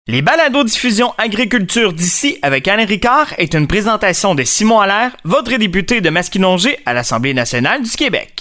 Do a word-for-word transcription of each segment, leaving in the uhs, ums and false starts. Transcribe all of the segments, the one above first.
Les balados-diffusion Agriculture d'ici avec Alain Ricard est une présentation de Simon Allaire, votre député de Masquinongé à l'Assemblée nationale du Québec.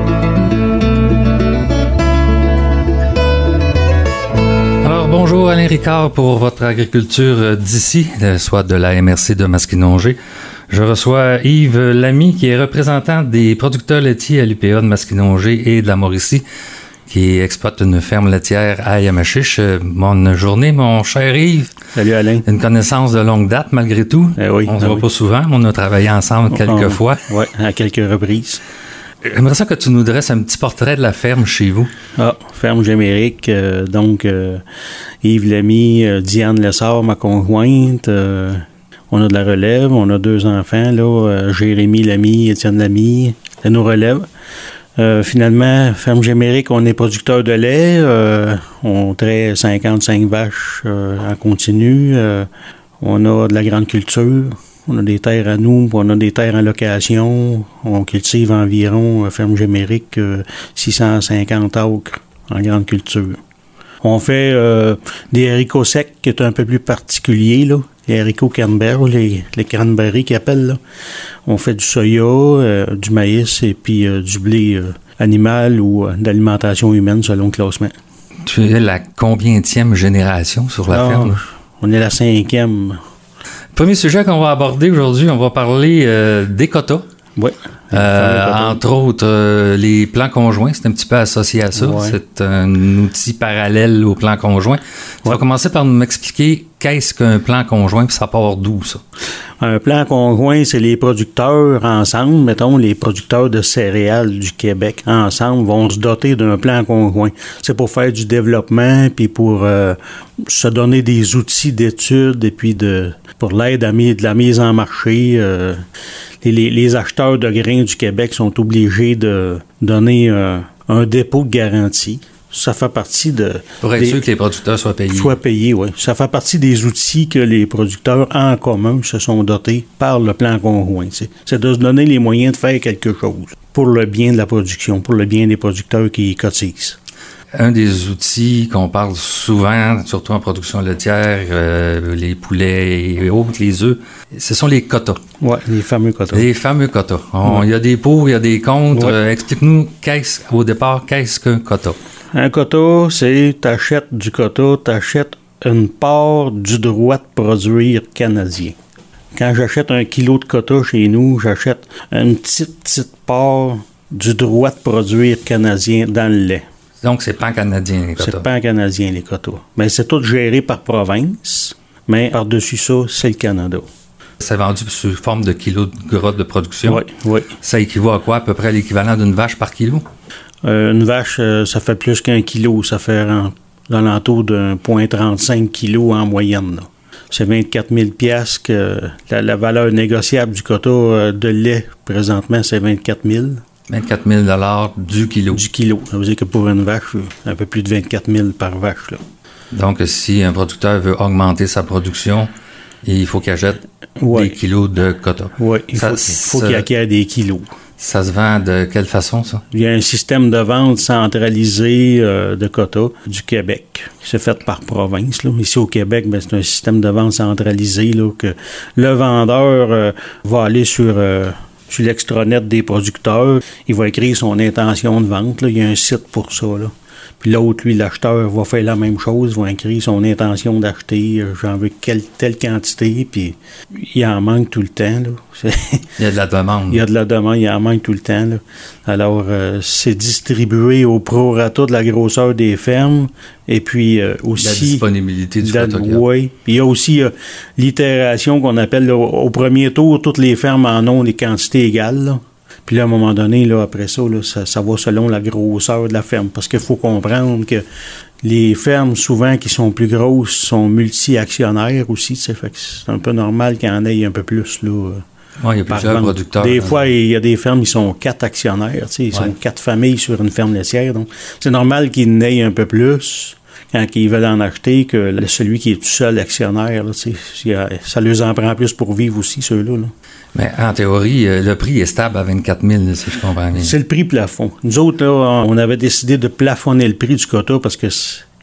Alors, bonjour Alain Ricard pour votre Agriculture d'ici, soit de la M R C de Masquinongé. Je reçois Yves Lamy, qui est représentant des producteurs laitiers à l'U P A de Masquinongé et de la Mauricie, qui exploite une ferme laitière à Yamachiche. Bonne journée, mon cher Yves. Salut Alain. Une connaissance de longue date, malgré tout. Eh oui, on ne se eh voit oui. pas souvent, mais on a travaillé ensemble quelques on, fois. Oui, à quelques reprises. J'aimerais ça que tu nous dresses un petit portrait de la ferme chez vous. Ah, ferme Gémérique, euh, donc euh, Yves Lamy, euh, Diane Lessard, ma conjointe. Euh, on a de la relève, on a deux enfants, là, euh, Jérémy Lamy, Étienne Lamy, ça nous relève. Euh, finalement, ferme Gémérique, on est producteur de lait. Euh, on traite cinquante-cinq vaches euh, en continu. Euh, on a de la grande culture. On a des terres à nous, on a des terres en location. On cultive environ, euh, ferme Gémérique, euh, six cent cinquante acres en grande culture. On fait euh, des haricots secs qui est un peu plus particulier, là. Les haricots cranberry, les, les cranberry qu'ils appellent, là. On fait du soya, euh, du maïs et puis euh, du blé euh, animal ou euh, d'alimentation humaine selon le classement. Tu es la combienième génération sur la Ah, ferme? On est la cinquième. Premier sujet qu'on va aborder aujourd'hui, on va parler euh, des quotas. Oui. Euh, entre autres, euh, les plans conjoints, c'est un petit peu associé à ça. Ouais. C'est un outil parallèle au plan conjoint. Tu Ouais. vas commencer par m'expliquer qu'est-ce qu'un plan conjoint, puis ça part d'où, ça? Un plan conjoint, c'est les producteurs ensemble, mettons, les producteurs de céréales du Québec ensemble vont se doter d'un plan conjoint. C'est pour faire du développement, puis pour euh, se donner des outils d'études, et puis de pour l'aide à mi- de la mise en marché. Euh, les, les, les acheteurs de grains du Québec sont obligés de donner euh, un dépôt de garantie. Ça fait partie de... Pour être des- sûr que les producteurs soient payés. Soit payé, oui. Ça fait partie des outils que les producteurs en commun se sont dotés par le plan conjoint. C'est, c'est de se donner les moyens de faire quelque chose pour le bien de la production, pour le bien des producteurs qui cotisent. Un des outils qu'on parle souvent, surtout en production laitière, euh, les poulets et autres, les œufs, ce sont les quotas. Oui, les fameux quotas. Les fameux quotas. On- Il Ouais. y a des pour, il y a des contre. Ouais. Euh, explique-nous, qu'est-ce, au départ, qu'est-ce qu'un quota? Un quota, c'est t'achètes du quota, t'achètes une part du droit de produire canadien. Quand j'achète un kilo de quota chez nous, j'achète une petite, petite part du droit de produire canadien dans le lait. Donc, c'est pan-canadien, les quotas. C'est pas canadien, les quotas. Mais c'est tout géré par province, mais par-dessus ça, c'est le Canada. C'est vendu sous forme de kilos de gras de production. Oui, oui. Ça équivaut à quoi? À peu près l'équivalent d'une vache par kilo? Euh, une vache, euh, ça fait plus qu'un kilo. Ça fait en, dans l'entour d'un virgule trente-cinq kilos en moyenne, là. C'est vingt-quatre mille piastres que la, la valeur négociable du quota euh, de lait, présentement, c'est vingt-quatre mille. vingt-quatre mille dollars du kilo. Du kilo. Ça veut dire que pour une vache, euh, un peu plus de vingt-quatre mille par vache, là. Donc, si un producteur veut augmenter sa production, il faut qu'il achète Ouais. des kilos de quotas. Oui, il Ça- faut, il faut ça- qu'il acquiert des kilos. Ça se vend de quelle façon, ça? Il y a un système de vente centralisé euh, de quotas du Québec. C'est fait par province, là. Ici au Québec, ben, c'est un système de vente centralisé, là, que le vendeur euh, va aller sur, euh, sur l'extranet des producteurs. Il va écrire son intention de vente, là. Il y a un site pour ça, là. Puis l'autre, lui, l'acheteur, va faire la même chose, va écrire son intention d'acheter, euh, j'en veux quelle, telle quantité, puis il en manque tout le temps, là. C'est- Il y a de la demande. il y a de la demande, il en manque tout le temps, là. Alors, euh, c'est distribué au prorata de la grosseur des fermes, et puis euh, aussi... La disponibilité du la- photographe. Oui. Puis il y a aussi euh, l'itération qu'on appelle, là, au premier tour, toutes les fermes en ont des quantités égales, là. Puis là, à un moment donné, là, après ça, là, ça, ça va selon la grosseur de la ferme. Parce qu'il faut comprendre que les fermes, souvent, qui sont plus grosses, sont multi-actionnaires aussi. Tu sais, fait que c'est un peu normal qu'il y en ait un peu plus, là. Ouais, il y a par plusieurs vente. producteurs. Des hein. fois, il y a des fermes, ils sont quatre actionnaires. Tu sais, ils Ouais. sont quatre familles sur une ferme laitière. Donc, c'est normal qu'ils en aient un peu plus quand ils veulent en acheter que le- celui qui est tout seul actionnaire. Là, tu sais, il y a- ça leur en prend plus pour vivre aussi, ceux-là. Là. Mais en théorie, euh, le prix est stable à vingt-quatre mille, si je comprends bien. C'est le prix plafond. Nous autres, là, on avait décidé de plafonner le prix du quota parce que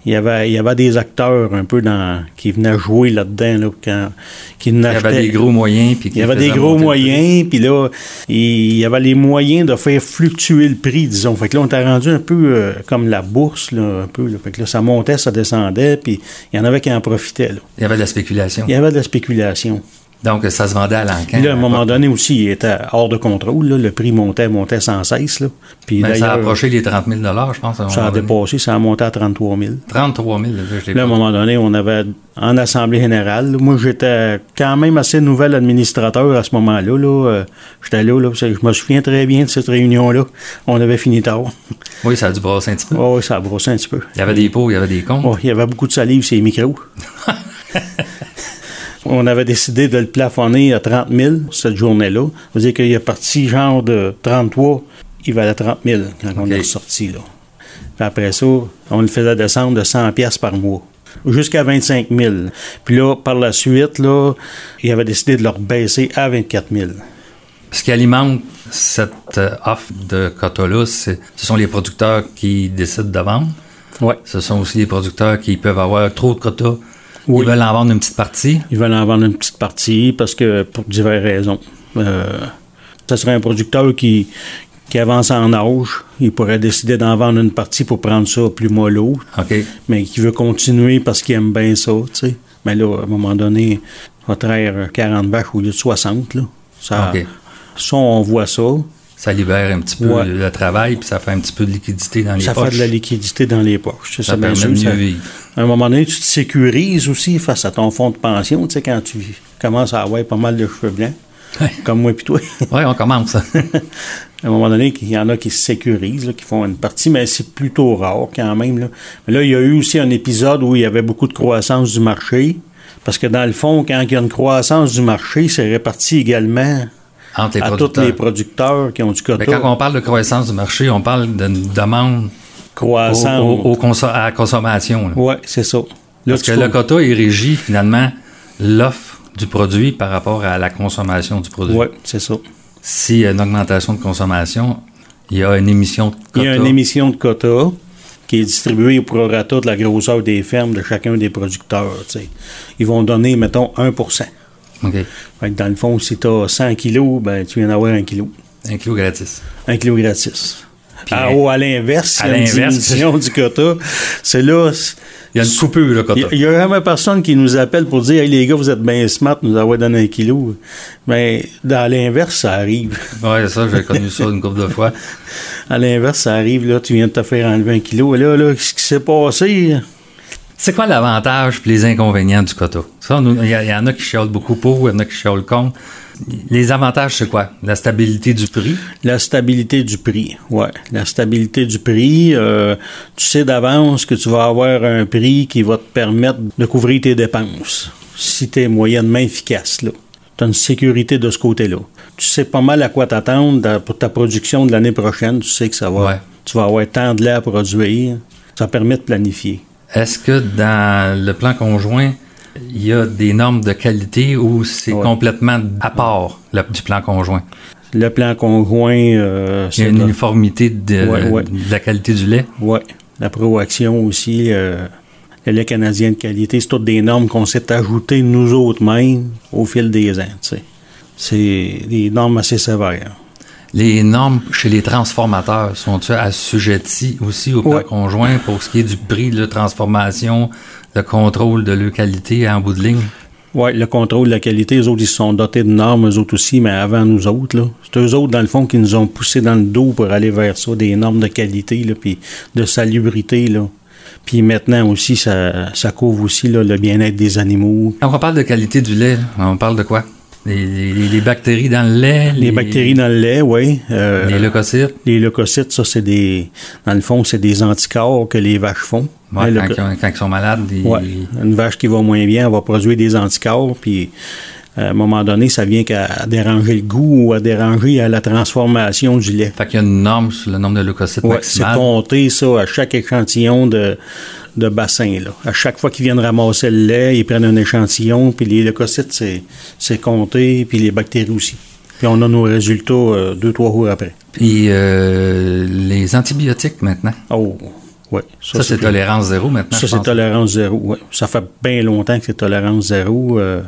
Il y avait, il y avait des acteurs un peu dans qui venaient jouer là-dedans. Là, quand, qui il y avait des gros moyens. Puis il y avait des gros moyens, puis là, il y avait les moyens de faire fluctuer le prix, disons. Fait que là, on était rendu un peu euh, comme la bourse, là, un peu. Là. Fait que là, ça montait, ça descendait, puis il y en avait qui en profitaient. Là. Il y avait de la spéculation. Il y avait de la spéculation. Donc, ça se vendait à l'encan. Puis là, à un moment donné aussi, il était hors de contrôle. Là. Le prix montait, montait sans cesse. Là. Puis ben, ça a approché les trente mille je pense. À ça a donné. dépassé, ça a monté à trente-trois mille trente-trois mille là, je l'ai Là, à un moment donné, on avait, en Assemblée générale, là, moi, j'étais quand même assez nouvel administrateur à ce moment-là. Là. Euh, j'étais là, là, je me souviens très bien de cette réunion-là. On avait fini tard. Oui, ça a dû brasser un petit peu. Oh, oui, ça a brossé un petit peu. Il y avait des pots, il y avait des comptes. Oh, il y avait beaucoup de salive sur les micros. On avait décidé de le plafonner à trente mille cette journée-là. Ça veut dire qu'il est parti genre de trente-trois, il valait trente mille quand okay. on est ressorti. Là. Puis après ça, on le faisait descendre de cent piastres par mois, jusqu'à vingt-cinq mille. Puis là, par la suite, là, il avait décidé de le rebaisser à vingt-quatre mille. Ce qui alimente cette euh, offre de quotas-là, ce sont les producteurs qui décident de vendre. Ouais. Ce sont aussi les producteurs qui peuvent avoir trop de quotas. Oui. Ils veulent en vendre une petite partie. Ils veulent en vendre une petite partie parce que pour diverses raisons. Euh, ça serait un producteur qui, qui avance en âge. Il pourrait décider d'en vendre une partie pour prendre ça plus mollo. Okay. Mais qui veut continuer parce qu'il aime bien ça, tu sais. Mais là, à un moment donné, il va traire quarante vaches au lieu de soixante, là. Ça, okay. ça on voit ça. Ça libère un petit peu ouais. le travail, puis ça fait un petit peu de liquidité dans les ça poches. Ça fait de la liquidité dans les poches. Ça, ça permet de mieux ça, vivre. À un moment donné, tu te sécurises aussi face à ton fonds de pension, tu sais, quand tu commences à avoir pas mal de cheveux blancs, ouais. comme moi et toi. Oui, on commence. À un moment donné, il y en a qui se sécurisent, là, qui font une partie, mais c'est plutôt rare quand même. Là. Mais là, il y a eu aussi un épisode où il y avait beaucoup de croissance du marché, parce que dans le fond, quand il y a une croissance du marché, c'est réparti également... Entre les à tous les producteurs qui ont du quota. Mais quand on parle de croissance du marché, on parle d'une demande croissance au, au, au conso- à la consommation. Oui, c'est ça. Là, parce que faut... le quota, il régit finalement l'offre du produit par rapport à la consommation du produit. Oui, c'est ça. S'il y a une augmentation de consommation, il y a une émission de quota. Il y a une émission de quota qui est distribuée au prorata de la grosseur des fermes de chacun des producteurs. T'sais. Ils vont donner, mettons, un pour cent. Okay. Fait que dans le fond, si tu as cent kilos, ben, tu viens d'avoir un kilo. Un kilo gratis. Un kilo gratis. Puis, ah, oh, à l'inverse, à il y a une l'inverse, diminution du quota. C'est là... Il y a une coupure, le quota. Il y a jamais personne qui nous appelle pour dire « Hey, les gars, vous êtes bien smart, nous avoir donné un kilo. » Mais dans l'inverse, ça arrive. Oui, ça, j'ai connu ça une couple de fois. À l'inverse, ça arrive, là, tu viens de te faire enlever un kilo. Et là, là, ce qui s'est passé... C'est quoi l'avantage et les inconvénients du quota? Il y, y en a qui chialent beaucoup pour, il y en a qui chialent contre. Les avantages, c'est quoi? La stabilité du prix? La stabilité du prix, oui. La stabilité du prix, euh, tu sais d'avance que tu vas avoir un prix qui va te permettre de couvrir tes dépenses. Si tu es moyennement efficace, là. Tu as une sécurité de ce côté-là. Tu sais pas mal à quoi t'attendre pour ta production de l'année prochaine. Tu sais que ça va. Ouais. Tu vas avoir tant de lait à produire. Ça permet de planifier. Est-ce que dans le plan conjoint, il y a des normes de qualité ou c'est ouais. complètement à part le, du plan conjoint? Le plan conjoint... Euh, il y a une uniformité de, ouais, ouais. de la qualité du lait? Oui. La Proaction aussi, euh, le lait canadien de qualité, c'est toutes des normes qu'on s'est ajoutées nous autres mêmes au fil des ans. T'sais. C'est des normes assez sévères. Les normes chez les transformateurs sont-elles assujetties aussi au plan ouais. conjoint pour ce qui est du prix de la transformation, le contrôle de leur qualité en bout de ligne? Oui, le contrôle de la qualité, eux autres, ils se sont dotés de normes, eux autres aussi, mais avant nous autres. Là. C'est eux autres, dans le fond, qui nous ont poussés dans le dos pour aller vers ça, des normes de qualité, là, puis de salubrité. Là. Puis maintenant aussi, ça, ça couvre aussi là, le bien-être des animaux. Quand on parle de qualité du lait, on parle de quoi? Les, les, les bactéries dans le lait? Les, les bactéries dans le lait, oui. Euh, les leucocytes? Les leucocytes, ça, c'est des... Dans le fond, c'est des anticorps que les vaches font. Ouais, hein, quand, leuco... quand, quand ils sont malades. Ils... Ouais. Une vache qui va moins bien, elle va produire des anticorps, puis à un moment donné, ça vient qu'à déranger le goût ou à déranger à la transformation du lait. Fait qu'il y a une norme sur le nombre de leucocytes ouais, maximal. C'est compté, ça, à chaque échantillon de... de bassin. Là. À chaque fois qu'ils viennent ramasser le lait, ils prennent un échantillon, puis les leucocytes, c'est, c'est compté, puis les bactéries aussi. Puis on a nos résultats euh, deux, trois jours après. Puis euh, les antibiotiques maintenant? Oh, Oui. Ça, ça c'est, c'est tolérance zéro maintenant. Ça, c'est tolérance zéro, oui. Ça fait bien longtemps que c'est tolérance zéro. Euh,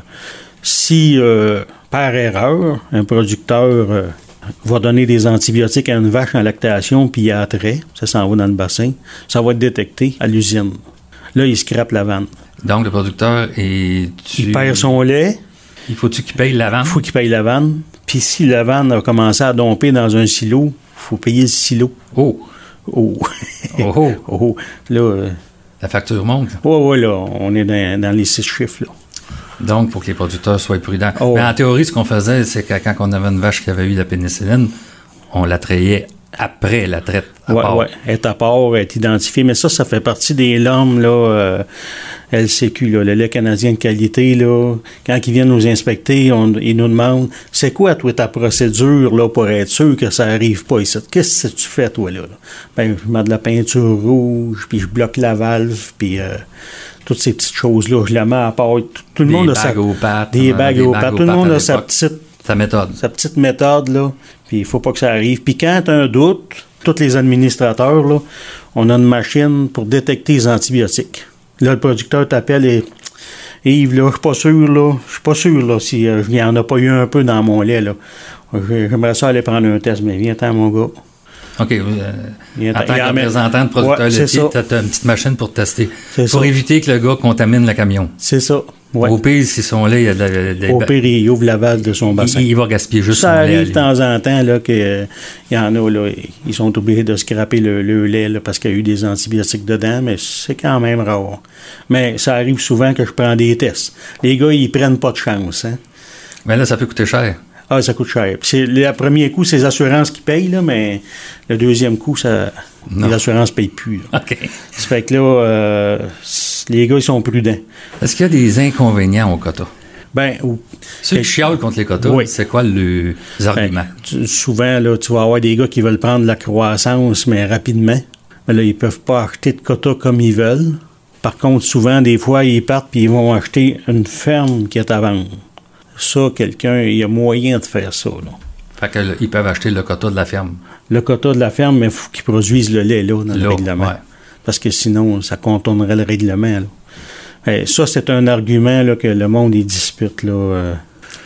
si, euh, par erreur, un producteur euh, va donner des antibiotiques à une vache en lactation, puis il y a trait, ça s'en va dans le bassin, ça va être détecté à l'usine. Là, il scrape la vanne. Donc, le producteur, est tu... il perd son lait. Il faut-tu qu'il paye la vanne? Il faut qu'il paye la vanne. Puis si la vanne a commencé à domper dans un silo, il faut payer le silo. Oh! Oh! oh, oh. oh. Là... Euh... La facture monte? Oui, oui, là, on est dans, dans les six chiffres, là. Donc, pour que les producteurs soient prudents. Oh. Mais en théorie, ce qu'on faisait, c'est que quand on avait une vache qui avait eu la pénicilline, on la trayait après la traite. Oui, oui. Elle est à part, elle est identifiée. Mais ça, ça fait partie des L O M, là, euh, L C Q, là, le lait canadien de qualité, là. Quand ils viennent nous inspecter, on, ils nous demandent, c'est quoi, toi, ta procédure, là, pour être sûr que ça n'arrive pas ici? Qu'est-ce que tu fais, toi, là? Ben, je mets de la peinture rouge, puis je bloque la valve, puis euh, toutes ces petites choses-là, je la mets à part. Tout, tout le des monde a sa... aux pattes, des bagues aux pattes. Tout le monde a sa petite... Sa méthode. Sa petite méthode, là. Puis il faut pas que ça arrive. Puis quand tu as un doute, tous les administrateurs, là, on a une machine pour détecter les antibiotiques. Là, le producteur t'appelle et Yves, là, je suis pas sûr, là. Je suis pas sûr, là, si euh, il n'y en a pas eu un peu dans mon lait, là. J'aimerais ça aller prendre un test, mais viens-t'en, mon gars. OK. Euh, en tant que représentant de producteur ouais, laitier, tu as une petite machine pour tester. C'est pour ça. éviter que le gars contamine le camion. C'est ça. Ouais. Au pire, si son lait, il y a de la... De, Au pire, il ouvre la valve de son bassin. Il, il va gaspiller juste ça son lait. Ça arrive de temps en temps, là, qu'il euh, y en a, là, ils sont obligés de scraper le, le lait, là, parce qu'il y a eu des antibiotiques dedans, mais c'est quand même rare. Mais ça arrive souvent que je prends des tests. Les gars, ils prennent pas de chance, hein. Mais là, ça peut coûter cher. Ah, ça coûte cher. Puis c'est, le premier coup, c'est les assurances qui payent, là, mais le deuxième coup, ça, les assurances ne payent plus. Là. OK. Ça fait que là, euh, les gars, ils sont prudents. Est-ce qu'il y a des inconvénients au quota? Ben, ou, ceux qui chialent contre les quotas, oui. C'est quoi le, les arguments? Ben, tu, souvent, là, tu vas avoir des gars qui veulent prendre la croissance, mais rapidement. Mais là, ils ne peuvent pas acheter de quotas comme ils veulent. Par contre, souvent, des fois, ils partent et ils vont acheter une ferme qui est à vendre. Ça, quelqu'un, il y a moyen de faire ça, là. Fait qu'ils peuvent acheter le quota de la ferme. Le quota de la ferme, mais il faut qu'ils produisent le lait, là, dans le règlement. Ouais. Parce que sinon, ça contournerait le règlement, là. Et ça, c'est un argument, là, que le monde, il dispute, là. Euh,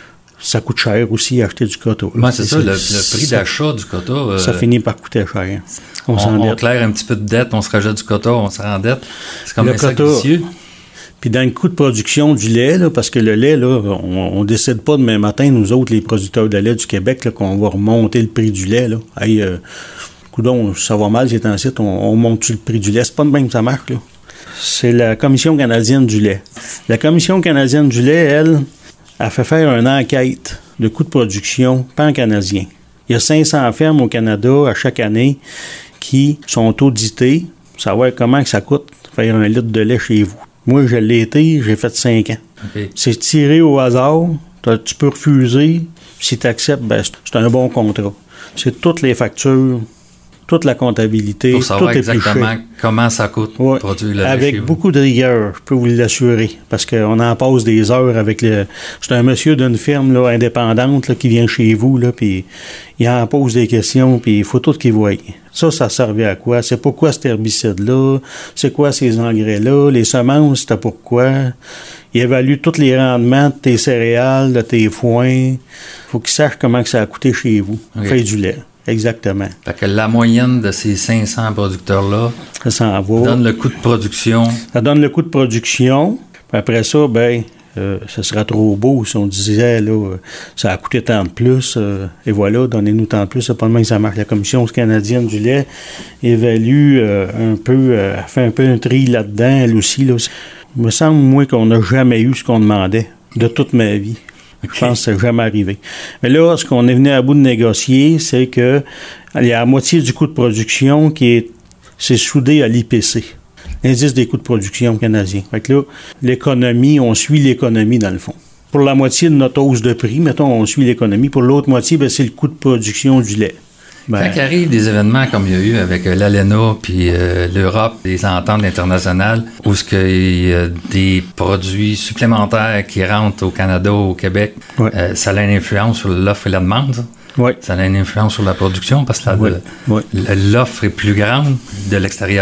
ça coûte cher aussi, acheter du quota. Oui, c'est, c'est ça, le, le prix ça, d'achat du quota. Euh, ça finit par coûter cher. On, on, on claire un petit peu de dette, on se rajoute du quota, on se rend dette. C'est comme le ça vicieux. Puis dans le coût de production du lait, là, parce que le lait, là, on ne décide pas demain matin, nous autres, les producteurs de lait du Québec, là, qu'on va remonter le prix du lait. Là. Hey, euh, coudonc, ça va mal, c'est en site, on, on monte-tu le prix du lait? C'est pas de même que ça marche, là. C'est la Commission canadienne du lait. La Commission canadienne du lait, elle, a fait faire une enquête de coût de production pan-canadien. Il y a cinq cents fermes au Canada à chaque année qui sont auditées pour savoir comment que ça coûte faire un litre de lait chez vous. Moi, je l'ai été, j'ai fait cinq ans. Okay. C'est tiré au hasard. Tu peux refuser. Si tu acceptes, ben, c'est un bon contrat. C'est toutes les factures, toute la comptabilité. Pour savoir tout exactement comment ça coûte ouais, produire le lait avec chez vous. Beaucoup de rigueur, je peux vous l'assurer. Parce qu'on en passe des heures avec le... C'est un monsieur d'une firme là, indépendante là, qui vient chez vous, là, puis il en pose des questions, puis il faut tout qu'il voie. Ça, ça servait à quoi? C'est pourquoi cet herbicide-là? C'est quoi ces engrais-là? Les semences, c'était pourquoi? Il évalue tous les rendements de tes céréales, de tes foins. Il faut qu'il sache comment que ça a coûté chez vous. Okay. Fait du lait. Exactement. Fait que la moyenne de ces cinq cents producteurs-là ça s'en va. Donne le coût de production. Ça donne le coût de production. Puis après ça, ben, euh, ça sera trop beau si on disait, là, euh, ça a coûté tant de plus. Euh, et voilà, donnez-nous tant de plus. C'est pas le même que ça marche. La Commission canadienne du lait évalue euh, un peu, euh, fait un peu un tri là-dedans, elle aussi. Là. Il me semble, moi, qu'on n'a jamais eu ce qu'on demandait de toute ma vie. Okay. Je pense que ça n'est jamais arrivé. Mais là, ce qu'on est venu à bout de négocier, c'est que il y a la moitié du coût de production qui est c'est soudé à l'I P C, l'indice des coûts de production canadien. Fait que là, l'économie, on suit l'économie dans le fond. Pour la moitié de notre hausse de prix, mettons, on suit l'économie. Pour l'autre moitié, ben, c'est le coût de production du lait. Ben, quand il arrive des événements comme il y a eu avec euh, l'A L E N A puis euh, l'Europe, les ententes internationales, où ce qu'il y a des produits supplémentaires qui rentrent au Canada, au Québec, ouais. euh, ça a une influence sur l'offre et la demande, ça? Oui. Ça a une influence sur la production parce que la, oui. Le, oui. l'offre est plus grande de l'extérieur.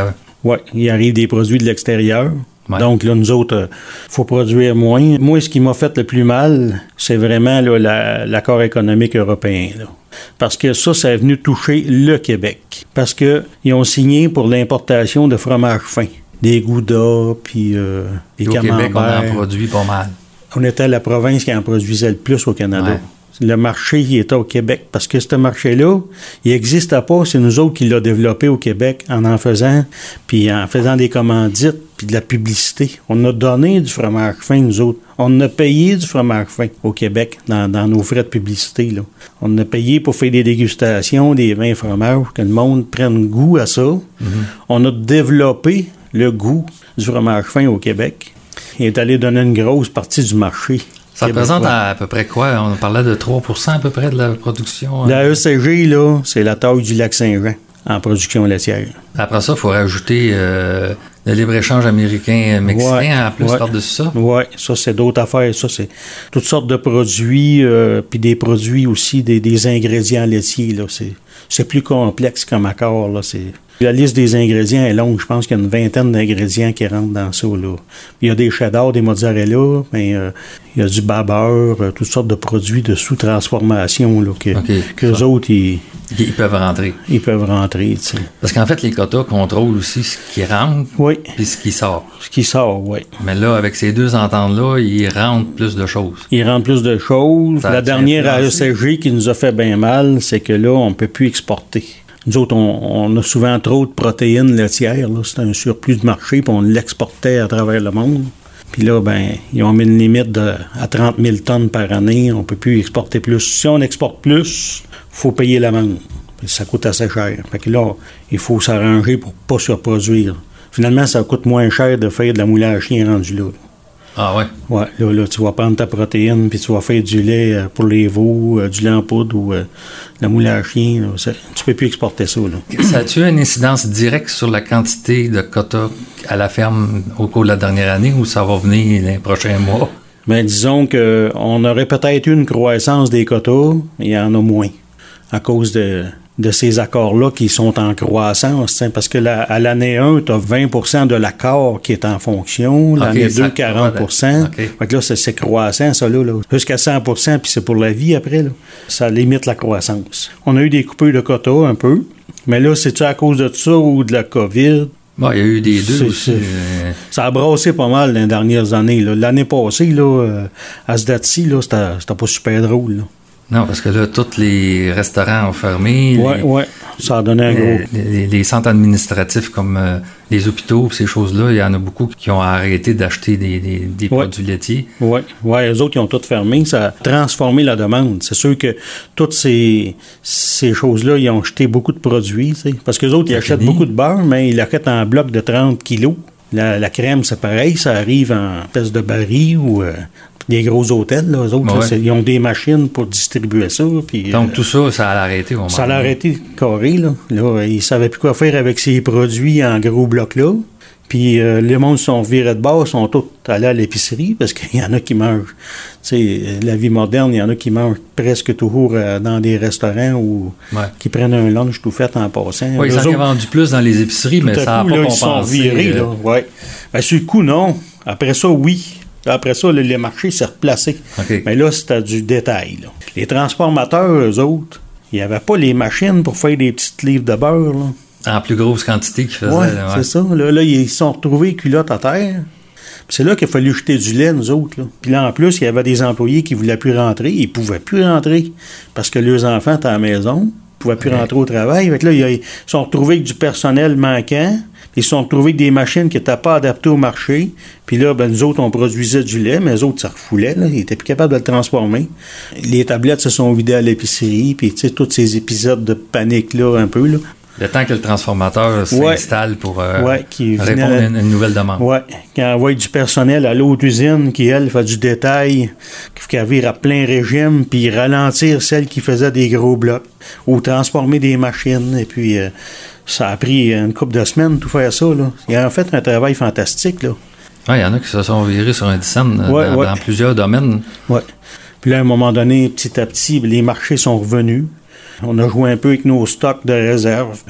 Oui, il arrive des produits de l'extérieur. Ouais. Donc, là, nous autres, il euh, faut produire moins. Moi, ce qui m'a fait le plus mal, c'est vraiment là, la, l'accord économique européen. Là. Parce que ça, ça est venu toucher le Québec. Parce qu'ils ont signé pour l'importation de fromage fin. Des Gouda, puis euh, des camemberts. Au Québec, on en produit pas mal. On était la province qui en produisait le plus au Canada. Ouais. Le marché, il était au Québec. Parce que ce marché-là, il n'existait pas. C'est nous autres qui l'avons développé au Québec en en faisant, puis en faisant des commandites, puis de la publicité. On a donné du fromage fin, nous autres. On a payé du fromage fin au Québec dans, dans nos frais de publicité. Là. On a payé pour faire des dégustations, des vins fromages, que le monde prenne goût à ça. Mm-hmm. On a développé le goût du fromage fin au Québec. Il est allé donner une grosse partie du marché. Ça représente à, à peu près quoi? On parlait de trois pour cent à peu près de la production. La E C G, là, c'est la taille du lac Saint-Jean en production laitière. Après ça, il faut rajouter euh, le libre-échange américain-mexicain ouais, en plus ouais. par-dessus ça. Oui, ça, c'est d'autres affaires. Ça, c'est toutes sortes de produits, euh, puis des produits aussi, des, des ingrédients laitiers. Là. C'est, c'est plus complexe comme accord. Là. C'est... La liste des ingrédients est longue. Je pense qu'il y a une vingtaine d'ingrédients qui rentrent dans ça. Là. Il y a des cheddar, des mozzarella, mais euh, il y a du babeur, euh, toutes sortes de produits de sous-transformation là, que, okay, qu'eux autres, ils, ils peuvent rentrer. Ils peuvent rentrer, tu sais. Parce qu'en fait, les quotas contrôlent aussi ce qui rentre oui. et ce qui sort. Ce qui sort, oui. Mais là, avec ces deux ententes-là, ils rentrent plus de choses. Ils rentrent plus de choses. Ça La dernière A E C G qui nous a fait bien mal, c'est que là, on ne peut plus exporter. Nous autres, on, on a souvent trop de protéines laitières. Là. C'est un surplus de marché, puis on l'exportait à travers le monde. Puis là, ben, ils ont mis une limite de, à trente mille tonnes par année. On ne peut plus exporter plus. Si on exporte plus, il faut payer l'amende. Ça coûte assez cher. Fait que là, il faut s'arranger pour ne pas surproduire. Finalement, ça coûte moins cher de faire de la moulage à chien rendu là. là. Ah ouais? Ouais, là, là, tu vas prendre ta protéine, puis tu vas faire du lait pour les veaux, euh, du lait en poudre ou euh, la moulage à chien. Là, ça, tu peux plus exporter ça. Là. Ça a-tu une incidence directe sur la quantité de quotas à la ferme au cours de la dernière année ou ça va venir les prochains mois? Bien, disons qu'on aurait peut-être eu une croissance des quotas, mais il y en a moins à cause de... de ces accords-là qui sont en croissance, parce que la, à l'année un, tu as vingt pour cent de l'accord qui est en fonction, l'année okay, deux, quarante pour cent. Okay. Fait que là, c'est, c'est croissant, ça, là, là. Jusqu'à cent pour cent, puis c'est pour la vie après, là. Ça limite la croissance. On a eu des coupures de quotas un peu, mais là, c'est-tu à cause de ça ou de la COVID? Bon, il y a eu des deux c'est, aussi. C'est, ça a brassé pas mal dans les dernières années, là. L'année passée, là, à ce date-ci, là, c'était, c'était pas super drôle, là. Non, parce que là, tous les restaurants ont fermé. Oui, oui. Ça a donné un gros... Les, les, les centres administratifs comme euh, les hôpitaux, ces choses-là, il y en a beaucoup qui ont arrêté d'acheter des, des, des ouais. produits laitiers. Oui, ouais, eux autres, ils ont tout fermé. Ça a transformé la demande. C'est sûr que toutes ces, ces choses-là, ils ont acheté beaucoup de produits, tu sais, parce qu'eux autres, ils achètent fini. beaucoup de beurre, mais ils l'achètent en bloc de trente kilos. La, la crème, c'est pareil, ça arrive en espèce de baril ou... Euh, des gros hôtels, là, eux autres, ouais. là, ils ont des machines pour distribuer ça. Puis, donc, euh, tout ça, ça a arrêté au moment. Ça a arrêté carré, là. là. Ils ne savaient plus quoi faire avec ces produits en gros blocs, là. Puis, euh, les mondes sont virés de base, sont tous allés à l'épicerie, parce qu'il y en a qui mangent, tu sais, la vie moderne, il y en a qui mangent presque toujours euh, dans des restaurants ou ouais. qui prennent un lunch tout fait en passant. Oui, ils en ont vendu plus dans les épiceries, mais ça n'a pas compensé. Ils sont virés, là, oui. Ben, sur le coup, non. Après ça, oui. Après ça, le, le marché s'est replacé. Okay. Mais là, c'était du détail. Là. Les transformateurs, eux autres, il n'y avait pas les machines pour faire des petites livres de beurre. Là. En plus grosse quantité qu'ils faisaient. Ouais, là, ouais, c'est ça. Là, là, ils se sont retrouvés culottes à terre. Puis c'est là qu'il a fallu jeter du lait, nous autres. Là. Puis là, en plus, il y avait des employés qui ne voulaient plus rentrer. Ils ne pouvaient plus rentrer parce que leurs enfants étaient à la maison. Ils ne pouvaient plus okay. rentrer au travail. Fait que là, ils se sont retrouvés avec du personnel manquant. Ils se sont retrouvés avec des machines qui n'étaient pas adaptées au marché. Puis là, ben, nous autres, on produisait du lait, mais eux autres, ça refoulait. Là. Ils n'étaient plus capables de le transformer. Les tablettes se sont vidées à l'épicerie. Puis, tu sais, tous ces épisodes de panique-là, un peu, là. Le temps que le transformateur ouais. s'installe pour euh, ouais, qui répondre à une, une nouvelle demande. Oui, qui envoie du personnel à l'autre usine qui, elle, fait du détail, qui vire à plein régime, puis ralentir celle qui faisait des gros blocs, ou transformer des machines, et puis euh, ça a pris une couple de semaines tout faire ça. Là. Il a en fait un travail fantastique. Là. Oui, il y en a qui se sont virés sur un dixaine ouais, dans, ouais. dans plusieurs domaines. Oui. Puis là, à un moment donné, petit à petit, les marchés sont revenus. On a joué un peu avec nos stocks de réserve.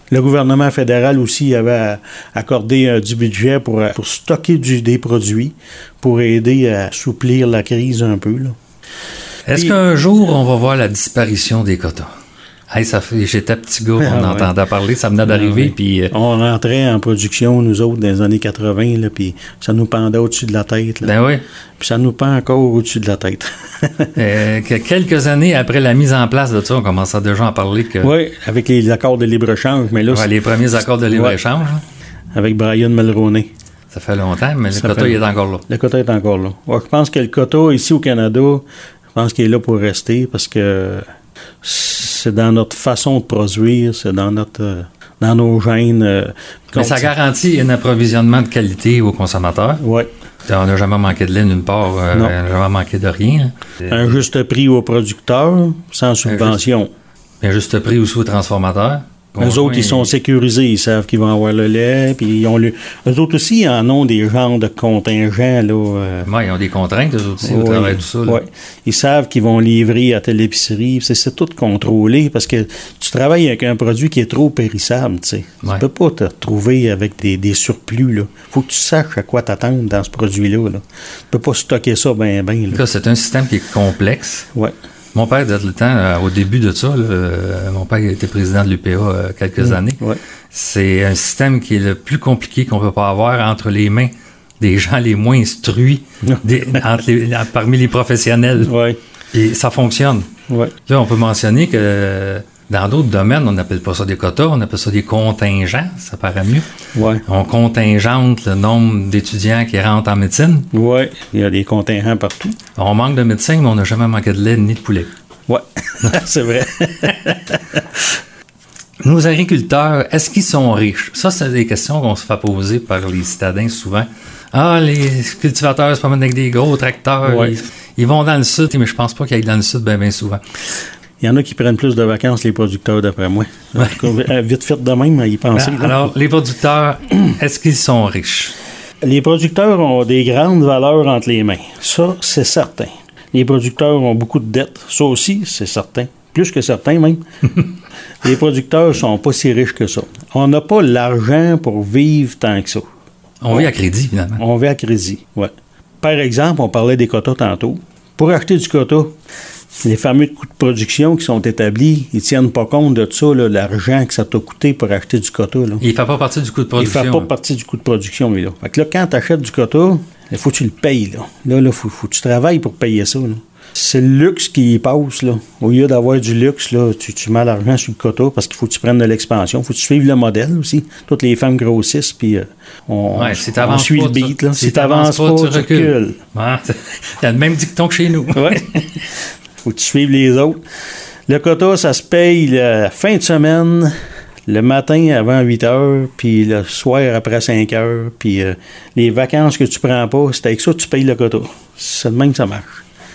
Le gouvernement fédéral aussi avait accordé euh, du budget pour, pour stocker du, des produits, pour aider à assouplir la crise un peu, là. Est-ce Puis, qu'un jour, on va voir la disparition des quotas? Hey, ça fait, j'étais petit gars, on ah, entendait ouais. parler, ça venait d'arriver, Ah, ouais. puis... Euh, on rentrait en production, nous autres, dans les années quatre-vingt, là, puis ça nous pendait au-dessus de la tête. Là. Ben oui. Puis ça nous pend encore au-dessus de la tête. euh, que quelques années après la mise en place de ça, on commençait déjà à parler que... Oui, avec les accords de libre-échange, mais là... Ouais, les premiers accords de libre-échange. Ouais. Avec Brian Mulroney. Ça fait longtemps, mais ça le quota, fait... il est encore là. Le quota est encore là. Ouais, je pense que le quota, ici au Canada, je pense qu'il est là pour rester, parce que... c'est dans notre façon de produire, c'est dans notre euh, dans nos gènes. Euh, Mais ça garantit un approvisionnement de qualité aux consommateurs. Oui. On n'a jamais manqué de lait nulle part, euh, on n'a jamais manqué de rien. Un juste prix aux producteurs, sans subvention. Un juste, un juste prix aussi aux transformateurs. Eux autres, ils sont sécurisés, ils savent qu'ils vont avoir le lait, puis ils ont le... Eux autres aussi, ils en ont des genres de contingents, là. Euh... Oui, ils ont des contraintes, eux aussi, oui, au travail de tout ça. Oui. Ils savent qu'ils vont livrer à telle épicerie, c'est, c'est tout contrôlé, parce que tu travailles avec un produit qui est trop périssable, tu sais. Ouais. Tu peux pas te retrouver avec des, des surplus, là. Faut que tu saches à quoi t'attendre dans ce produit-là, là. Tu peux pas stocker ça bien, bien, là. Là, c'est un système qui est complexe. Oui. Mon père, dès le temps, euh, au début de ça, là, euh, mon père était président de l'U P A euh, quelques mmh, années. Ouais. C'est un système qui est le plus compliqué qu'on peut pas avoir entre les mains des gens les moins instruits des, entre les, parmi les professionnels. Ouais. Et ça fonctionne. Ouais. Là, on peut mentionner que dans d'autres domaines, on n'appelle pas ça des quotas, on appelle ça des contingents, ça paraît mieux. Ouais. On contingente le nombre d'étudiants qui rentrent en médecine. Oui, il y a des contingents partout. On manque de médecins, mais on n'a jamais manqué de lait ni de poulet. Oui, c'est vrai. Nos agriculteurs, est-ce qu'ils sont riches? Ça, c'est des questions qu'on se fait poser par les citadins souvent. Ah, les cultivateurs se promènent avec des gros tracteurs. Ouais. Ils, ils vont dans le sud, mais je pense pas qu'ils aillent dans le sud bien, bien souvent. Il y en a qui prennent plus de vacances, les producteurs, d'après moi. En tout cas, vite fait de même, à y penser. Ben, alors, les producteurs, est-ce qu'ils sont riches? Les producteurs ont des grandes valeurs entre les mains. Ça, c'est certain. Les producteurs ont beaucoup de dettes. Ça aussi, c'est certain. Plus que certains, même. Les producteurs sont pas si riches que ça. On n'a pas l'argent pour vivre tant que ça. On, on vit à crédit, finalement. On vit à crédit, oui. Par exemple, on parlait des quotas tantôt. Pour acheter du quota, les fameux coûts de production qui sont établis, ils ne tiennent pas compte de ça, là, l'argent que ça t'a coûté pour acheter du quota. Là. Il ne fait pas partie du coût de production. Il ne fait pas partie du coût de production, lui, là. Fait que là, quand tu achètes du quota, il faut que tu le payes, là. Là, il faut, faut que tu travailles pour payer ça, là. C'est le luxe qui y passe, là. Au lieu d'avoir du luxe, là, tu, tu mets l'argent sur le quota parce qu'il faut que tu prennes de l'expansion. Il faut que tu suives le modèle aussi. Toutes les femmes grossissent, puis euh, on, ouais, si on suit pas, le beat, là. Si, si tu n'avances pas, pas, tu recules. recules. Ouais, il y a le même dicton que chez nous. Oui. Faut que tu suives les autres. Le quota, ça se paye la fin de semaine, le matin avant huit heures, puis le soir après cinq heures, puis euh, les vacances que tu prends pas, c'est avec ça que tu payes le quota. C'est de même que ça marche.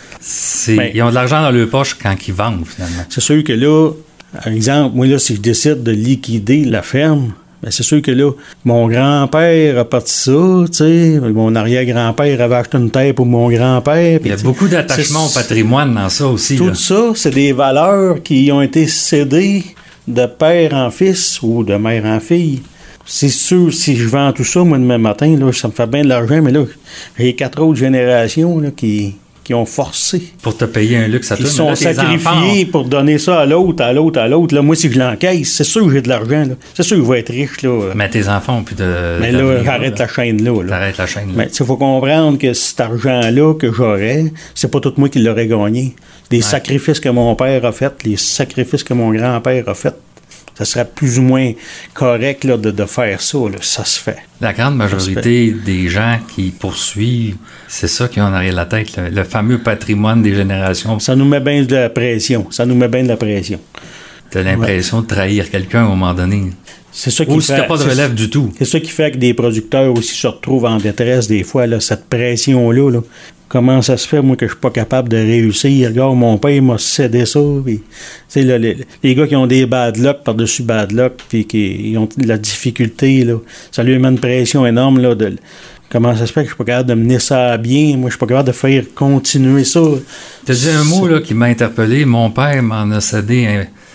Ben, ils ont de l'argent dans leur poche quand ils vendent, finalement. C'est sûr que là, par exemple, moi, là, si je décide de liquider la ferme, ben c'est sûr que là, mon grand-père a parti ça, tu sais, mon arrière-grand-père avait acheté une terre pour mon grand-père. Il y a beaucoup d'attachement au patrimoine dans ça aussi. Tout là. ça, c'est des valeurs qui ont été cédées de père en fils ou de mère en fille. C'est sûr, si je vends tout ça, moi, demain matin, là, ça me fait bien de l'argent, mais là, j'ai quatre autres générations là, qui... qui ont forcé. Pour te payer un luxe à toi. Ils sont sacrifiés pour donner ça à l'autre, à l'autre, à l'autre. Là, moi, si je l'encaisse, c'est sûr que j'ai de l'argent. Là. C'est sûr que je vais être riche. Là. Mais tes enfants ont plus de... Mais là, j'arrête la chaîne là. là. T'arrêtes la chaîne là. Mais il faut comprendre que cet argent-là que j'aurais, c'est pas tout moi qui l'aurais gagné. Les ouais. sacrifices que mon père a fait, les sacrifices que mon grand-père a fait, ça serait plus ou moins correct là, de, de faire ça. Là. Ça se fait. La grande majorité des gens qui poursuivent, c'est ça qui ont en arrière la tête, le, le fameux patrimoine des générations. Ça nous met bien de la pression. Ça nous met bien de la pression. Tu as l'impression ouais. de trahir quelqu'un à un moment donné. C'est ça qui Ou fait, si tu n'as pas de relève c'est, du tout. C'est ça qui fait que des producteurs aussi se retrouvent en détresse des fois, là, cette pression-là. Là. Comment ça se fait, moi, que je suis pas capable de réussir? Regarde, mon père m'a cédé ça. Puis, là, les, les gars qui ont des bad luck par-dessus bad luck, puis qui ils ont de la difficulté, là, ça lui met une pression énorme. Là, de, comment ça se fait que je suis pas capable de mener ça à bien? Moi, je suis pas capable de faire continuer ça. Tu as dit un mot là, qui m'a interpellé. Mon père m'en a cédé un,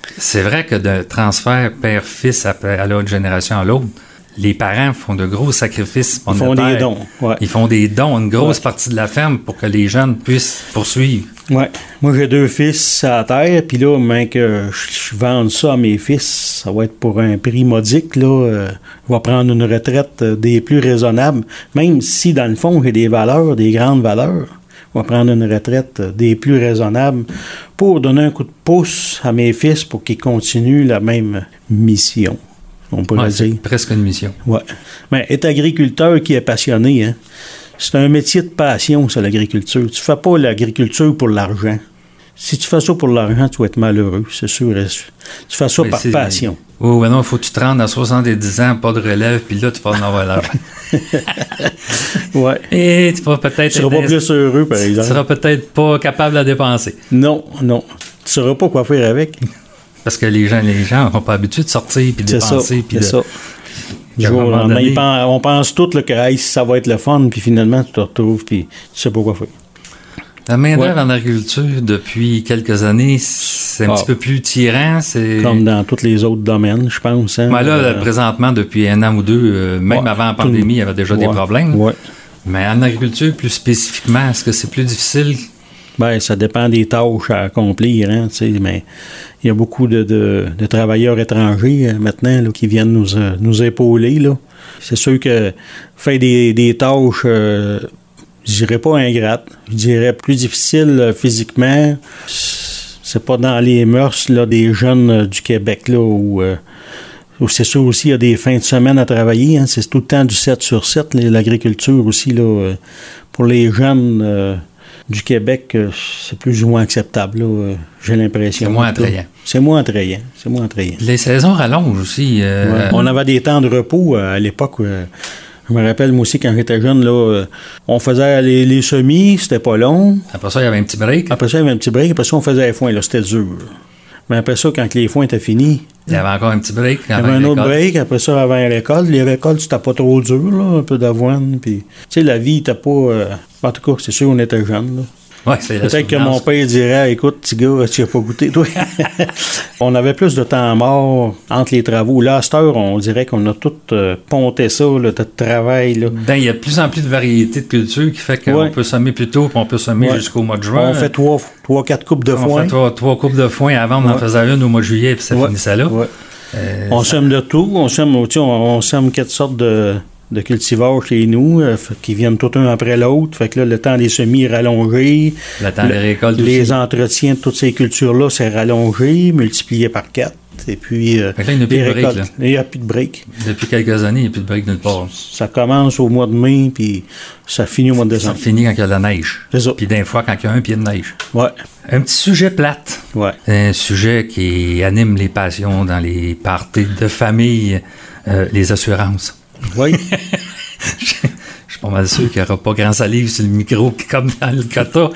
C'est vrai que de transfert père-fils à, à l'autre génération à l'autre, les parents font de gros sacrifices. Ils font des dons. Ouais. Ils font des dons, une grosse ouais. partie de la ferme pour que les jeunes puissent poursuivre. Oui. Moi, j'ai deux fils à terre, puis là, même que je vende ça à mes fils, ça va être pour un prix modique, là. Euh, je vais prendre une retraite des plus raisonnables, même si, dans le fond, j'ai des valeurs, des grandes valeurs. Je vais prendre une retraite des plus raisonnables pour donner un coup de pouce à mes fils pour qu'ils continuent la même mission. On pourrait ouais, c'est dire. Presque une mission. Oui. Mais être agriculteur qui est passionné, hein, c'est un métier de passion, ça, l'agriculture. Tu ne fais pas l'agriculture pour l'argent. Si tu fais ça pour l'argent, tu vas être malheureux, c'est sûr. Tu fais ça mais par passion. Oui, oui, non, il faut que tu te rendes à soixante-dix ans, pas de relève, puis là, tu vas en avoir l'argent. Oui. Et tu vas peut-être... Tu ne seras pas plus heureux, par exemple. Tu ne seras peut-être pas capable de dépenser. Non, non. Tu ne sauras pas quoi faire avec. Parce que les gens les gens n'ont pas l'habitude de sortir puis de dépenser. C'est ça. Du jour au lendemain, donné... pense, on pense tout là, que hey, ça va être le fun, puis finalement, tu te retrouves, puis tu sais pas quoi faire. La main-d'œuvre ouais. en agriculture, depuis quelques années, c'est un ah. petit peu plus tirant. C'est... Comme dans tous les autres domaines, je pense. Hein, mais là, euh... présentement, depuis un an ou deux, euh, même ouais. avant la pandémie, il y avait déjà ouais. des problèmes. Ouais. Mais en agriculture, plus spécifiquement, est-ce que c'est plus difficile? Bien, ça dépend des tâches à accomplir, hein, tu sais, mais il y a beaucoup de, de, de travailleurs étrangers euh, maintenant là, qui viennent nous, euh, nous épauler. Là. C'est sûr que faire des, des tâches, euh, je dirais pas ingrates, je dirais plus difficiles euh, physiquement. C'est pas dans les mœurs là, des jeunes euh, du Québec, là, où, euh, où c'est sûr aussi il y a des fins de semaine à travailler. Hein, c'est tout le temps du sept sur sept, là, l'agriculture aussi, là, euh, pour les jeunes... Euh, du Québec, c'est plus ou moins acceptable, là, j'ai l'impression. C'est moins attrayant. C'est moins attrayant. C'est moins attrayant. Les saisons rallongent aussi. Euh... Ouais. On avait des temps de repos à l'époque. Je me rappelle, moi aussi, quand j'étais jeune, là, on faisait les, les semis, c'était pas long. Après ça, il y avait un petit break. Après ça, il y avait un petit break. Après ça, on faisait les foins, là, c'était dur. Mais après ça, quand les foins étaient finis... Il y avait encore un petit break. Il y avait un autre break. Après ça, avant la récolte. Les récoltes, c'était pas trop dur, là, un peu d'avoine. Puis, tu sais, la vie n'était pas... Euh... En tout cas, c'est sûr, on était jeunes, là. Ouais, c'est peut-être que mon père dirait, écoute, petit gars, tu n'as pas goûté, toi. On avait plus de temps mort entre les travaux. Là, à cette heure, on dirait qu'on a tout euh, ponté ça, le tas de travail. Là. Ben, il y a de plus en plus de variétés de culture qui fait qu'on ouais. peut semer plus tôt, puis on peut semer ouais. jusqu'au mois de juin. On fait trois, trois quatre coupes de foin. On fait trois, trois coupes de foin. Avant, on ouais. en faisait une au mois de juillet, puis ça ouais. finissait là. Ouais. Euh, on ça... sème de tout. On sème, on, on sème quatre sortes de... de cultivars chez nous, euh, qui viennent tout un après l'autre. Fait que là, le temps des semis est rallongé. Le temps des récoltes Les aussi. entretiens de toutes ces cultures-là, c'est rallongé, multiplié par quatre. Et puis, euh, fait que là, il n'y a plus de break, là. Il n'y a plus de break. Depuis quelques années, il n'y a plus de break nulle part. Ça commence au mois de mai, puis ça finit au mois de décembre. Ça finit quand il y a de la neige. C'est ça. Puis d'un fois, quand il y a un pied de neige. Ouais. Un petit sujet plate. Ouais. Un sujet qui anime les passions dans les parties de famille, euh, les assurances. Oui. Je suis pas mal sûr qu'il n'y aura pas grand salive sur le micro comme dans le quota.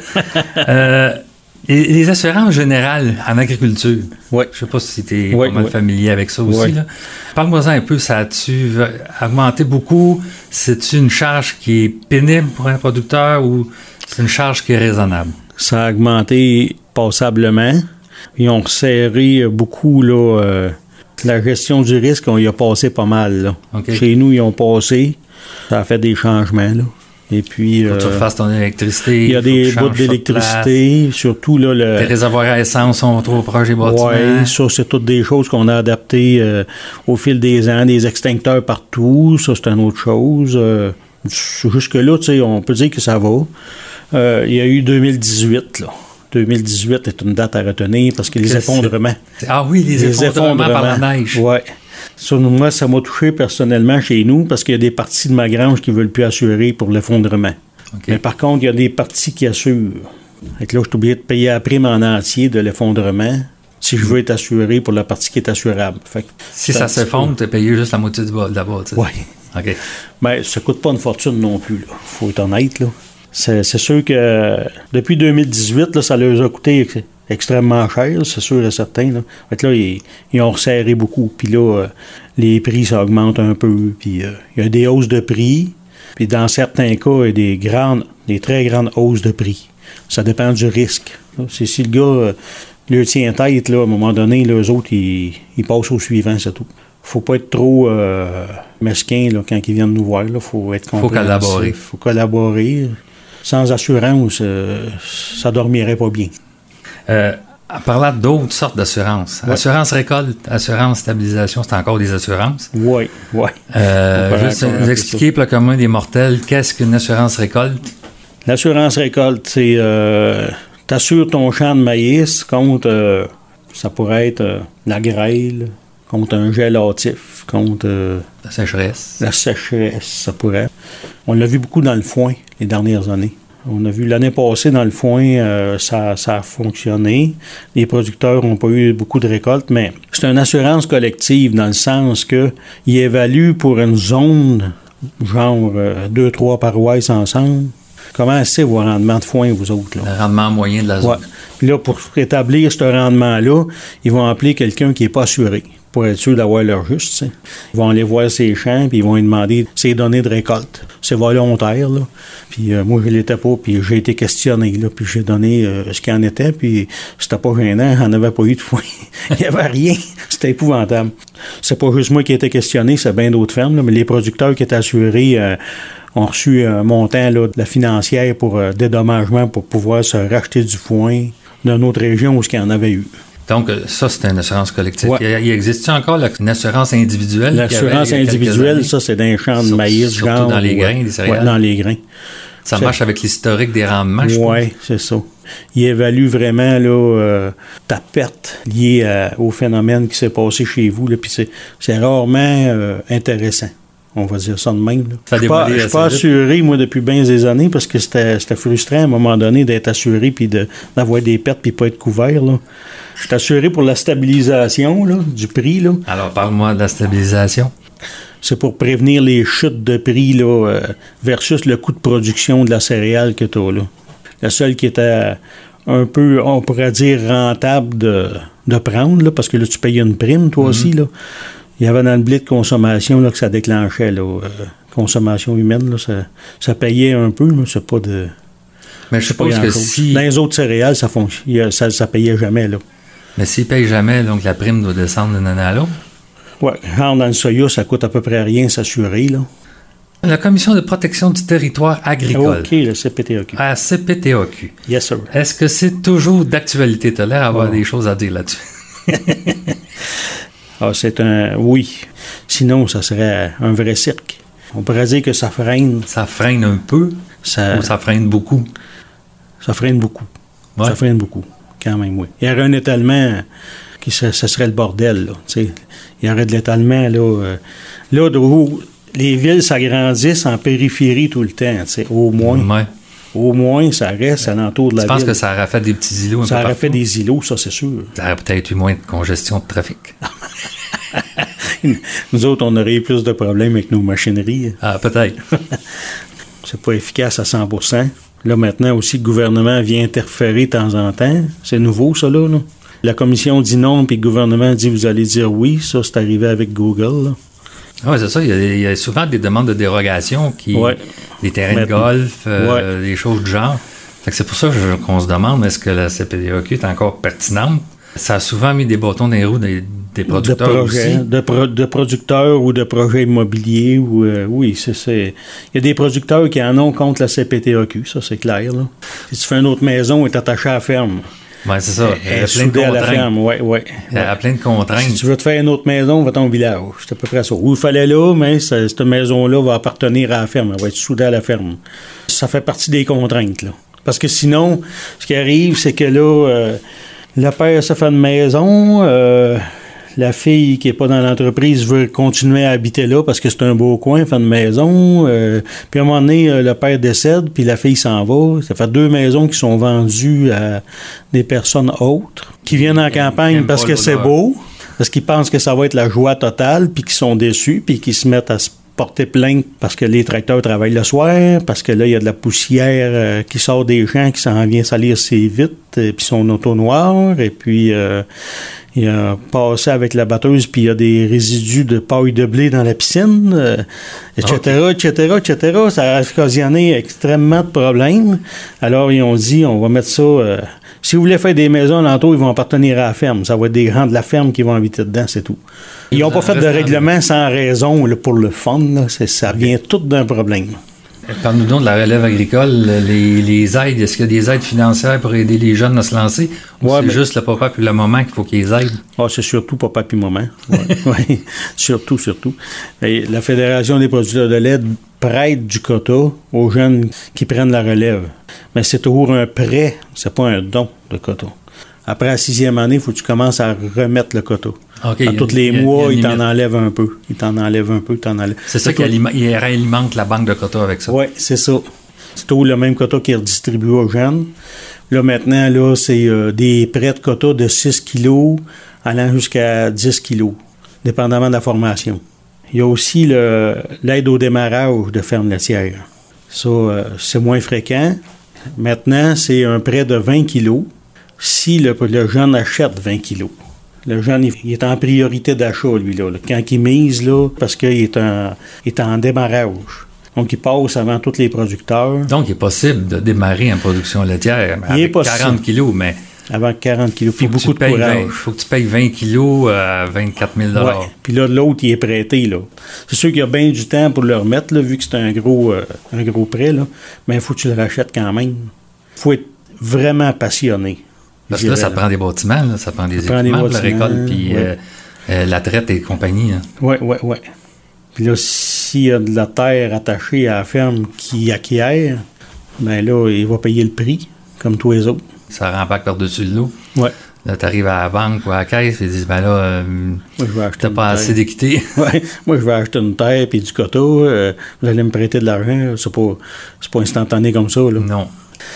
euh, les, les assurances générales en agriculture. Oui. Je sais pas si tu es oui, pas mal oui. familier avec ça aussi. Oui. Là. Parle-moi-en un peu. Ça a-tu augmenté beaucoup? C'est-tu une charge qui est pénible pour un producteur ou c'est une charge qui est raisonnable? Ça a augmenté passablement. Ils ont resserré beaucoup, là... Euh la gestion du risque, on y a passé pas mal. Là. Okay. Chez nous, ils ont passé. Ça a fait des changements. Là. Et puis... Faut que tu refasses ton électricité. Il y a des bouts d'électricité. Surtout, là... Le... Les réservoirs à essence sont trop proches des bâtiments. Oui, ça, c'est toutes des choses qu'on a adaptées euh, au fil des ans. Des extincteurs partout. Ça, c'est une autre chose. Euh, jusque-là, tu sais, on peut dire que ça va. Euh, il y a eu deux mille dix-huit, là. deux mille dix-huit est une date à retenir parce que les Qu'est-ce effondrements. C'est... Ah oui, les, les effondrements, effondrements par la neige. Oui. Sur moi, ça m'a touché personnellement chez nous parce qu'il y a des parties de ma grange qui ne veulent plus assurer pour l'effondrement. Okay. Mais par contre, il y a des parties qui assurent. Fait que là, je suis obligé de payer la prime en entier de l'effondrement si je veux être assuré pour la partie qui est assurable. Fait que si ça s'effondre, tu es payé juste la moitié du bas, de là-bas. Oui. OK. Mais ça ne coûte pas une fortune non plus. Il faut être honnête, là. C'est, c'est sûr que euh, depuis deux mille dix-huit, là, ça leur a coûté ex- extrêmement cher, c'est sûr et certain. Là. Fait que là, ils, ils ont resserré beaucoup. Puis là, euh, les prix, ça augmente un peu. Puis euh, il y a des hausses de prix. Puis dans certains cas, il y a des grandes, des très grandes hausses de prix. Ça dépend du risque. C'est si le gars, euh, le tient tête, là, à un moment donné, là, eux autres, ils, ils passent au suivant, c'est tout. Faut pas être trop euh, mesquin là, quand ils viennent nous voir. Il faut être faut collaborer. Il faut collaborer. Sans assurance, euh, ça dormirait pas bien. Euh, en parlant d'autres sortes d'assurances, ouais. Assurance récolte, assurance stabilisation, c'est encore des assurances? Oui, oui. Euh, juste nous expliquer pour le commun des mortels, qu'est-ce qu'une assurance récolte? L'assurance récolte, c'est euh, t'assures ton champ de maïs contre, euh, ça pourrait être euh, la grêle, contre un gel hâtif, contre... Euh, la sécheresse. La sécheresse, ça pourrait. On l'a vu beaucoup dans le foin les dernières années. On a vu l'année passée dans le foin, euh, ça, ça a fonctionné. Les producteurs n'ont pas eu beaucoup de récoltes, mais c'est une assurance collective dans le sens qu'ils évaluent pour une zone, genre euh, deux, trois paroisses ensemble. Comment c'est vos rendements de foin, vous autres? Là? Le rendement moyen de la zone. Ouais. Puis là, pour établir ce rendement-là, ils vont appeler quelqu'un qui n'est pas assuré pour être sûr d'avoir leur juste. T'sais. Ils vont aller voir ses champs, puis ils vont lui demander ses données de récolte. C'est volontaire, là. Puis euh, moi, je ne l'étais pas, puis j'ai été questionné, là, puis j'ai donné euh, ce qu'il en était, puis c'était pas gênant, on n'avait pas eu de foin. Il n'y avait rien. C'était épouvantable. C'est pas juste moi qui ai été questionné, c'est bien d'autres fermes, là, mais les producteurs qui étaient assurés euh, ont reçu un montant là, de la financière pour euh, dédommagement pour pouvoir se racheter du foin d'une autre région où il y en avait eu. Donc, ça, c'est une assurance collective. Ouais. Il, il existe encore là, une assurance individuelle? L'assurance individuelle, ça, c'est dans les champs de Sur, maïs, surtout genre. dans les grains, des céréales? Oui, dans les grains. Ça c'est... marche avec l'historique des rendements, je pense. Oui, c'est ça. Il évalue vraiment là, euh, ta perte liée à, au phénomène qui s'est passé chez vous. Là, puis c'est, c'est rarement euh, intéressant. On va dire ça de même. Là. Ça je ne suis pas assuré, moi, depuis bien des années, parce que c'était, c'était frustrant à un moment donné d'être assuré puis de, d'avoir des pertes puis pas être couvert. Là. Je suis assuré pour la stabilisation là, du prix. Là. Alors, parle-moi de la stabilisation. C'est pour prévenir les chutes de prix là, euh, versus le coût de production de la céréale que tu as. Là. La seule qui était un peu, on pourrait dire, rentable de, de prendre, là, parce que là, tu payes une prime, toi mm-hmm. aussi, là. Il y avait dans le blé de consommation là, que ça déclenchait, là, euh, consommation humaine, là, ça, ça payait un peu, mais c'est pas de... Mais je suppose que si... Dans les autres céréales, ça ne ça, ça payait jamais, là. Mais s'ils ne payent jamais, donc la prime doit descendre d'une année à l'autre? Oui, genre dans le soya, ça coûte à peu près rien s'assurer, là. La Commission de protection du territoire agricole. OK, le C P T A Q. Ah, C P T A Q. Yes, sir. Est-ce que c'est toujours d'actualité? Tu as l'air d'avoir oh. des choses à dire là-dessus. Ah, c'est un... Oui. Sinon, ça serait un vrai cirque. On pourrait dire que ça freine. Ça freine un peu? Ça... Ou ça freine beaucoup? Ça freine beaucoup. Ouais. Ça freine beaucoup, quand même, oui. Il y aurait un étalement qui serait, ce serait le bordel, là. Tu sais. Il y aurait de l'étalement, là. Euh, là, où les villes s'agrandissent en périphérie tout le temps, tu sais, au moins. Ouais. Au moins, ça reste à l'entour de la ville. Tu penses que ça aurait fait des petits îlots un Ça peu aurait partout? fait des îlots, ça, c'est sûr. Ça aurait peut-être eu moins de congestion de trafic. Nous autres, on aurait eu plus de problèmes avec nos machineries. Ah, peut-être. C'est pas efficace à cent pour cent. Là, maintenant aussi, le gouvernement vient interférer de temps en temps. C'est nouveau, ça, là. là. La commission dit non, puis le gouvernement dit vous allez dire oui. Ça, c'est arrivé avec Google, là. Oui, c'est ça. Il y, a, il y a souvent des demandes de dérogation, qui, ouais. des terrains maintenant. de golf, euh, ouais. des choses du genre. Fait que c'est pour ça que je, qu'on se demande est-ce que la C P T A Q est encore pertinente. Ça a souvent mis des bâtons dans les roues des, des producteurs de projets, aussi. De, pro, de producteurs ou de projets immobiliers. Ou, euh, oui, c'est, c'est... Il y a des producteurs qui en ont contre la C P T A Q, ça c'est clair. Là. Si tu fais une autre maison, elle est attachée à la ferme. Oui, c'est ça. Elle est soudée à la ferme, oui, oui. Elle a plein de contraintes. Si tu veux te faire une autre maison, va ton village. C'est à peu près ça. Où il fallait là, mais ça, cette maison-là va appartenir à la ferme. Elle va être soudée à la ferme. Ça fait partie des contraintes, là. Parce que sinon, ce qui arrive, c'est que là, euh, le père se fait une maison, euh, la fille qui n'est pas dans l'entreprise veut continuer à habiter là parce que c'est un beau coin, fait une maison. Euh, puis à un moment donné, euh, le père décède, puis la fille s'en va. Ça fait deux maisons qui sont vendues à des personnes autres qui viennent en campagne parce que c'est beau, parce qu'ils pensent que ça va être la joie totale, puis qui sont déçus, puis qui se mettent à se porter plainte parce que les tracteurs travaillent le soir, parce que là, il y a de la poussière euh, qui sort des champs, qui s'en vient salir ses vitres, et puis son auto noire, et puis euh, il a passé avec la batteuse, puis il y a des résidus de paille de blé dans la piscine, euh, et cetera, okay. et cetera, et cetera. Ça a occasionné extrêmement de problèmes. Alors, ils ont dit, on va mettre ça... Euh, Si vous voulez faire des maisons alentour, ils vont appartenir à la ferme. Ça va être des grands de la ferme qui vont habiter dedans, c'est tout. Ils n'ont pas fait de règlement sans raison là, pour le fun. Là. C'est, ça vient tout d'un problème. Parle-nous donc de la relève agricole, les, les aides. Est-ce qu'il y a des aides financières pour aider les jeunes à se lancer? Ou ouais, c'est mais... juste le papa puis la maman qu'il faut qu'ils aident? Ah, c'est surtout papa puis maman. Ouais. ouais. Surtout, surtout. Et la Fédération des producteurs de lait prête du quota aux jeunes qui prennent la relève. Mais c'est toujours un prêt, c'est pas un don de quota. Après la sixième année, il faut que tu commences à remettre le quota. Okay, à tous les a, mois, il t'en enlève un peu. Il t'en enlève un peu, il t'en enlève. C'est ça qui alima- il réalimente la banque de quota avec ça. Oui, c'est ça. C'est toujours le même quota qui est redistribué aux jeunes. Là, maintenant, là, c'est euh, des prêts de quota de six kilos allant jusqu'à dix kilos, dépendamment de la formation. Il y a aussi le, l'aide au démarrage de ferme laitière. Ça, euh, c'est moins fréquent. Maintenant, c'est un prêt de vingt kilos si le, le jeune achète vingt kilos. Le jeune, il est en priorité d'achat, lui, là. Quand il mise, là, parce qu'il est, un, il est en démarrage. Donc, il passe avant tous les producteurs. Donc, il est possible de démarrer en production laitière il avec quarante kilos, mais... Avant quarante kilos, puis beaucoup de courage. Il faut que tu payes vingt kilos à vingt-quatre mille dollars. Ouais. Puis là, l'autre, il est prêté, là. C'est sûr qu'il y a bien du temps pour le remettre, là, vu que c'est un gros, euh, un gros prêt, là. Mais il faut que tu le rachètes quand même. Il faut être vraiment passionné. Parce que là, ça prend des bâtiments, là, ça prend des ça équipements prend des pour la récolte, puis ouais. euh, euh, la traite et compagnie. Oui, oui, oui. Puis là, s'il y a de la terre attachée à la ferme qui acquiert, bien là, il va payer le prix, comme tous les autres. Ça rembarque par-dessus le lot. Oui. Là, tu arrives à la banque ou à la caisse et ils disent, ben là, euh, t'as pas assez d'équité. Oui, moi, je vais acheter une terre puis du quota. Euh, vous allez me prêter de l'argent. C'est pas, c'est pas instantané comme ça, là. Non.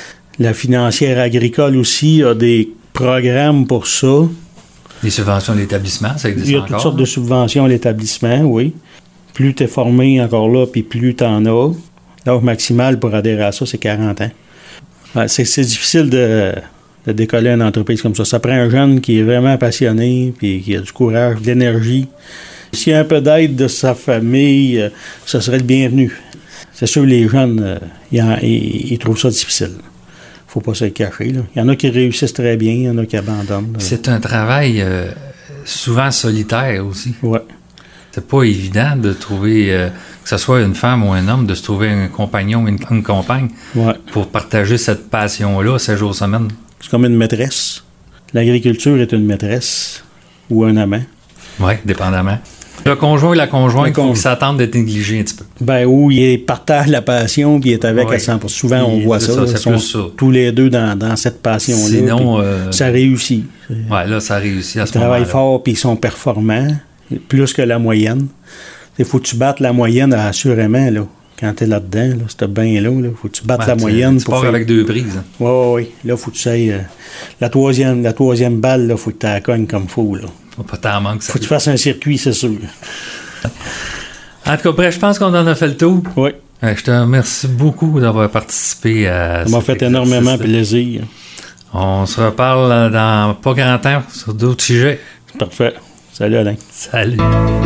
La financière agricole aussi a des programmes pour ça. Les subventions à l'établissement, ça existe encore? Il y a toutes sortes de subventions à l'établissement, oui. Plus tu es formé encore là, puis plus tu en as. L'âge maximal pour adhérer à ça, c'est quarante ans. Ouais, c'est, c'est difficile de, de décoller une entreprise comme ça. Ça prend un jeune qui est vraiment passionné, puis qui a du courage, de l'énergie. S'il y a un peu d'aide de sa famille, euh, ça serait le bienvenu. C'est sûr, les jeunes, euh, ils, en, ils, ils trouvent ça difficile. Faut pas se le cacher, là. Il y en a qui réussissent très bien, il y en a qui abandonnent. Là. C'est un travail euh, souvent solitaire aussi. Oui. C'est pas évident de trouver, euh, que ce soit une femme ou un homme, de se trouver un compagnon ou une, une compagne ouais. pour partager cette passion-là sept jours semaine. C'est comme une maîtresse. L'agriculture est une maîtresse ou un amant. Oui, dépendamment. Le conjoint et la conjointe, il faut qu'ils s'attendent d'être négligés un petit peu. Ben oui, il partage la passion puis il est avec ouais. à cent pour cent. Souvent, on voit ça. ça ils sont ça. Tous les deux dans, dans cette passion-là. Sinon, euh, ça réussit. Oui, là, ça réussit à ils ce moment-là. Ils travaillent fort puis ils sont performants, plus que la moyenne. Il faut que tu battes la moyenne, assurément, là. Quand tu es là-dedans, là, c'est bien là, il faut que tu battes ben, la tu, moyenne. Tu pour pars faire... avec deux prises. Oui, oui, oui. Là, il faut que tu ailles... Euh, la, troisième, la troisième balle, il faut que tu la cognes comme il faut, là. Faut pas t'en manquer. Faut que tu fasses un circuit, c'est sûr. En tout cas, bref, je pense qu'on en a fait le tour. Oui. Euh, je te remercie beaucoup d'avoir participé à ça m'a fait énormément plaisir. On se reparle dans pas grand temps sur d'autres sujets. Parfait. Salut, Alain. Salut.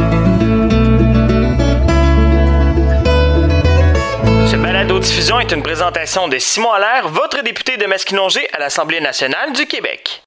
Ce balado-diffusion est une présentation de Simon Allaire, votre député de Masquinongé à l'Assemblée nationale du Québec.